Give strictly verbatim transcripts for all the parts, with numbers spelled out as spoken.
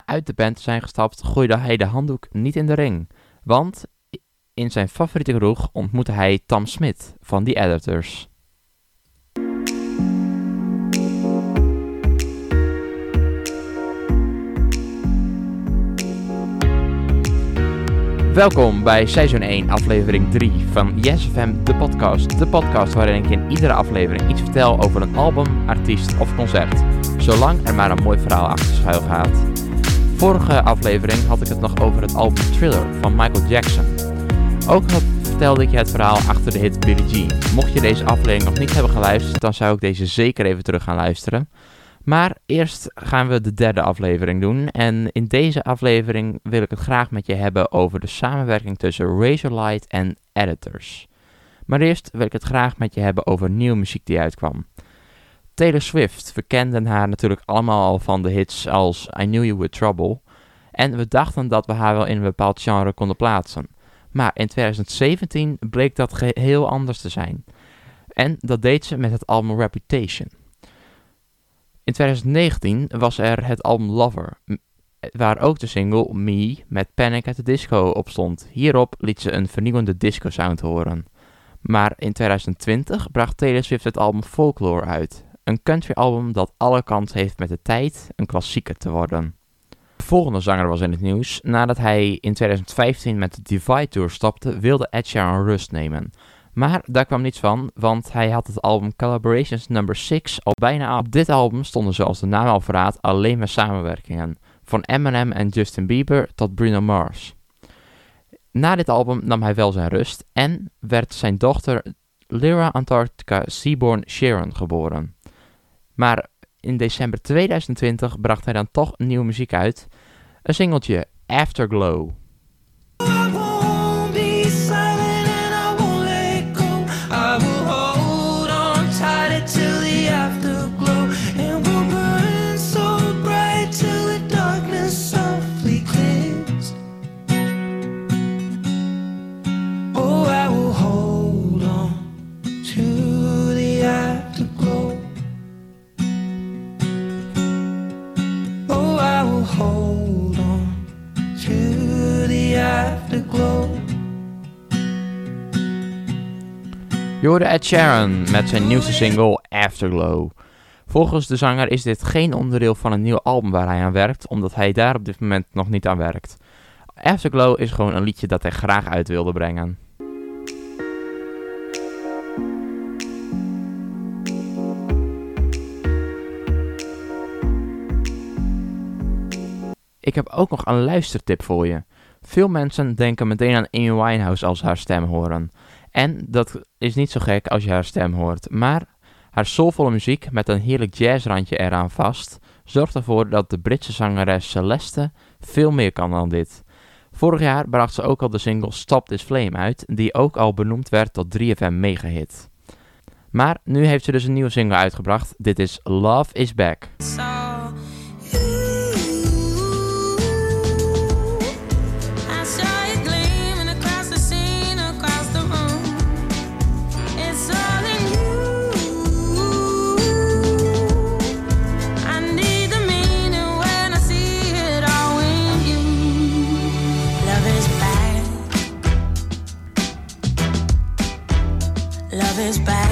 uit de band te zijn gestapt, gooide hij de handdoek niet in de ring. Want in zijn favoriete kroeg ontmoette hij Tom Smith van The Editors. Welkom bij seizoen één, aflevering drie van Yes F M, de podcast. De podcast waarin ik in iedere aflevering iets vertel over een album, artiest of concert. Zolang er maar een mooi verhaal achter schuil gaat. Vorige aflevering had ik het nog over het album Thriller van Michael Jackson. Ook had, vertelde ik je het verhaal achter de hit Billie Jean. Mocht je deze aflevering nog niet hebben geluisterd, dan zou ik deze zeker even terug gaan luisteren. Maar eerst gaan we de derde aflevering doen. En in deze aflevering wil ik het graag met je hebben over de samenwerking tussen Razorlight en Editors. Maar eerst wil ik het graag met je hebben over nieuwe muziek die uitkwam. Taylor Swift, we kenden haar natuurlijk allemaal al van de hits als I Knew You Were Trouble. En we dachten dat we haar wel in een bepaald genre konden plaatsen. Maar in twintig zeventien bleek dat geheel anders te zijn. En dat deed ze met het album Reputation. In twintig negentien was er het album Lover, waar ook de single Me met Panic at the Disco op stond. Hierop liet ze een vernieuwende disco-sound horen. Maar in twintig twintig bracht Taylor Swift het album Folklore uit. Een country-album dat alle kans heeft met de tijd een klassieker te worden. De volgende zanger was in het nieuws. Nadat hij in twintig vijftien met de Divide Tour stopte, wilde Ed Sheeran rust nemen. Maar daar kwam niets van, want hij had het album Collaborations nummer zes al bijna af. Op dit album stonden, zoals de naam al verraadt, alleen maar samenwerkingen. Van Eminem en Justin Bieber tot Bruno Mars. Na dit album nam hij wel zijn rust en werd zijn dochter Lyra Antarctica Seaborn Sharon geboren. Maar in december twintig twintig bracht hij dan toch nieuwe muziek uit. Een singeltje, Afterglow. Je hoorde Ed Sheeran met zijn nieuwste single Afterglow. Volgens de zanger is dit geen onderdeel van een nieuw album waar hij aan werkt, omdat hij daar op dit moment nog niet aan werkt. Afterglow is gewoon een liedje dat hij graag uit wilde brengen. Ik heb ook nog een luistertip voor je. Veel mensen denken meteen aan Amy Winehouse als haar stem horen. En dat is niet zo gek als je haar stem hoort, maar haar soulvolle muziek met een heerlijk jazzrandje eraan vast zorgt ervoor dat de Britse zangeres Celeste veel meer kan dan dit. Vorig jaar bracht ze ook al de single Stop This Flame uit, die ook al benoemd werd tot drie F M megahit. Maar nu heeft ze dus een nieuwe single uitgebracht, dit is Love Is Back. So Love is back.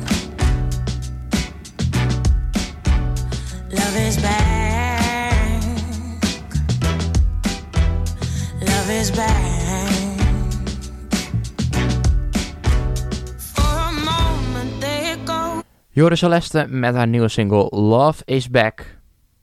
Love is back. Love is back. For a moment there it goes. Je hoorde Celeste met haar nieuwe single Love is Back.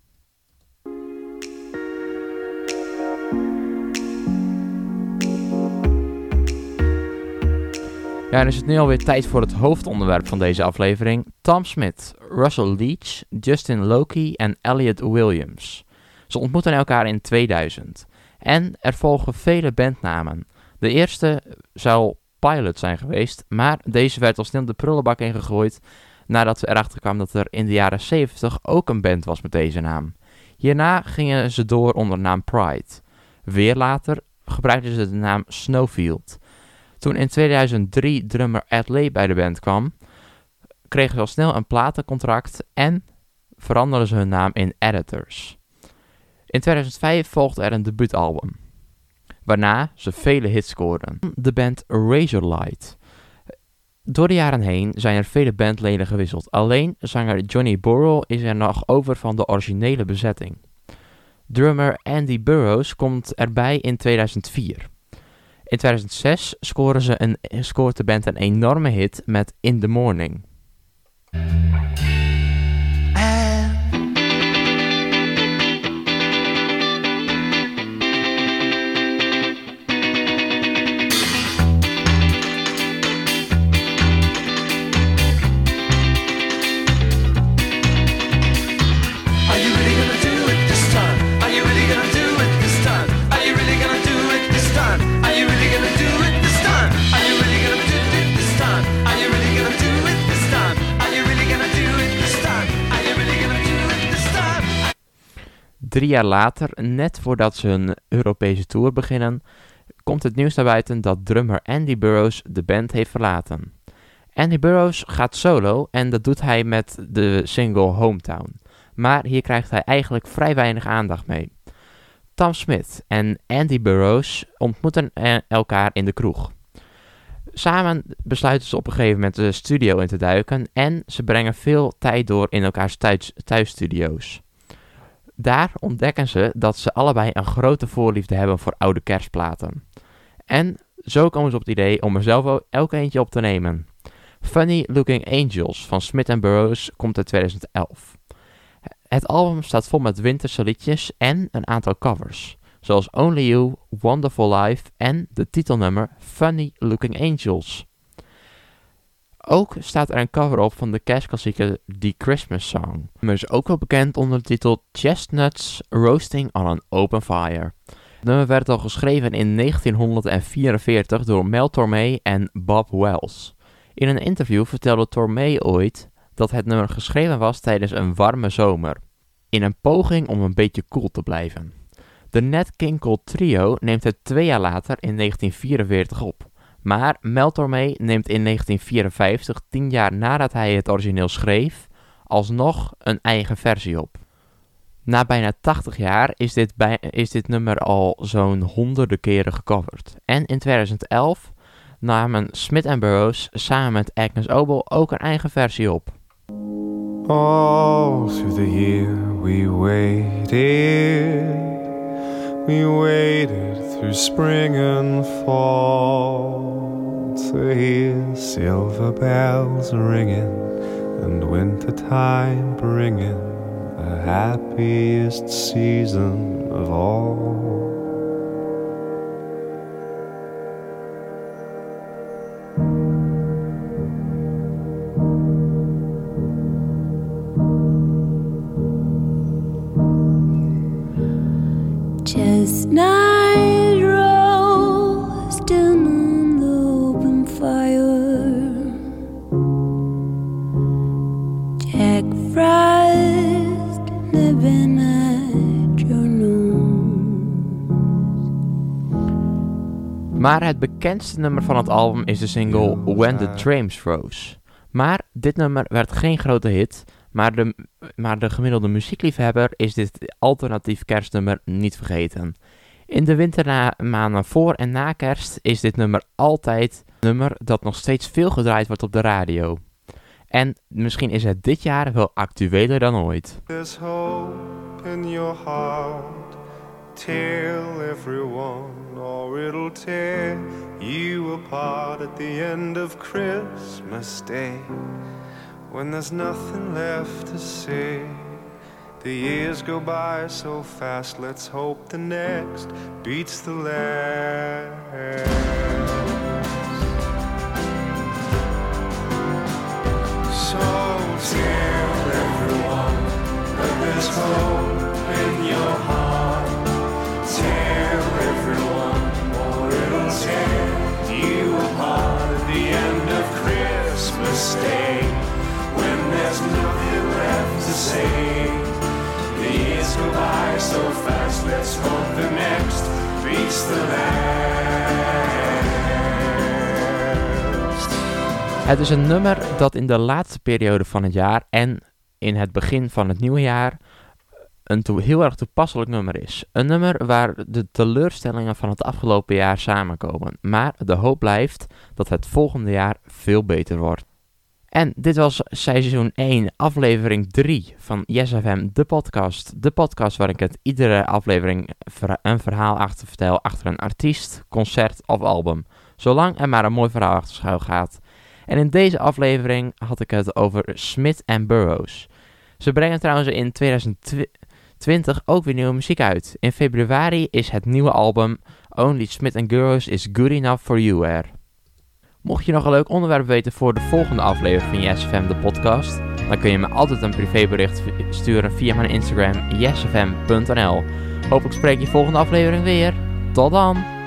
Ja, dan is het nu alweer tijd voor het hoofdonderwerp van deze aflevering. Tom Smith, Russell Leach, Justin Loki en Elliot Williams. Ze ontmoeten elkaar in tweeduizend. En er volgen vele bandnamen. De eerste zou Pilot zijn geweest, maar deze werd al snel de prullenbak ingegooid nadat we erachter kwamen dat er in de jaren zeventig ook een band was met deze naam. Hierna gingen ze door onder de naam Pride. Weer later gebruikten ze de naam Snowfield. Toen in tweeduizend drie drummer Ed Lee bij de band kwam, kregen ze al snel een platencontract en veranderden ze hun naam in Editors. In tweeduizend vijf volgde er een debuutalbum, waarna ze vele hits scoorden. De band Razorlight. Door de jaren heen zijn er vele bandleden gewisseld. Alleen zanger Johnny Burrell is er nog over van de originele bezetting. Drummer Andy Burroughs komt erbij in tweeduizend vier. In tweeduizend zes scoren ze een, scoort de band een enorme hit met In the Morning. Drie jaar later, net voordat ze hun Europese tour beginnen, komt het nieuws naar buiten dat drummer Andy Burroughs de band heeft verlaten. Andy Burroughs gaat solo en dat doet hij met de single Hometown. Maar hier krijgt hij eigenlijk vrij weinig aandacht mee. Tom Smith en Andy Burroughs ontmoeten elkaar in de kroeg. Samen besluiten ze op een gegeven moment de studio in te duiken en ze brengen veel tijd door in elkaars thuis, thuisstudio's. Daar ontdekken ze dat ze allebei een grote voorliefde hebben voor oude kerstplaten. En zo komen ze op het idee om er zelf ook elk eentje op te nemen. Funny Looking Angels van Smith en Burroughs komt uit tweeduizend elf. Het album staat vol met winterse liedjes en een aantal covers, zoals Only You, Wonderful Life en de titelnummer Funny Looking Angels. Ook staat er een cover op van de kerstklassieker The Christmas Song. Maar is ook wel bekend onder de titel Chestnuts Roasting on an Open Fire. Het nummer werd al geschreven in negentien vierenveertig door Mel Tormé en Bob Wells. In een interview vertelde Tormé ooit dat het nummer geschreven was tijdens een warme zomer, in een poging om een beetje cool te blijven. De Nat King Cole Trio neemt het twee jaar later in negentien vierenveertig op. Maar Mel Tormé neemt in negentien vierenvijftig, tien jaar nadat hij het origineel schreef, alsnog een eigen versie op. Na bijna tachtig jaar is dit, bij, is dit nummer al zo'n honderden keren gecoverd. En in tweeduizend elf namen Smith en Burroughs samen met Agnes Obel ook een eigen versie op. All through the year we waited, we waited through spring and fall to hear silver bells ringing and wintertime bringing the happiest season of all. Chestnut roasting on the open fire, Jack Frost nipping at your nose. Maar het bekendste nummer van het album is de single When the Trains Froze. Maar dit nummer werd geen grote hit, maar de, maar de gemiddelde muziekliefhebber is dit alternatief kerstnummer niet vergeten. In de wintermaanden voor en na kerst is dit nummer altijd een nummer dat nog steeds veel gedraaid wordt op de radio. En misschien is het dit jaar wel actueler dan ooit. There's hope in your heart, tell everyone, or it'll tear you apart at the end of Christmas Day, when there's nothing left to say. The years go by so fast, let's hope the next beats the last. So tell everyone that there's hope in your heart. Tell everyone, or it'll tear you apart at the end of Christmas Day, when there's nothing left to say. The years go by so fast, let's hope the next beats the last. Het is een nummer dat in de laatste periode van het jaar en in het begin van het nieuwe jaar een to- heel erg toepasselijk nummer is. Een nummer waar de teleurstellingen van het afgelopen jaar samenkomen. Maar de hoop blijft dat het volgende jaar veel beter wordt. En dit was seizoen één, aflevering drie van Yes F M, de podcast. De podcast waar ik het iedere aflevering verha- een verhaal achter vertel achter een artiest, concert of album. Zolang er maar een mooi verhaal achter schuil gaat. En in deze aflevering had ik het over Smith and Burroughs. Ze brengen trouwens in tweeduizend twintig ook weer nieuwe muziek uit. In februari is het nieuwe album Only Smith and Burroughs is Good Enough for You er. Mocht je nog een leuk onderwerp weten voor de volgende aflevering van Yes F M, de podcast, dan kun je me altijd een privébericht sturen via mijn Instagram yes f m punt n l. Hopelijk spreek je volgende aflevering weer. Tot dan!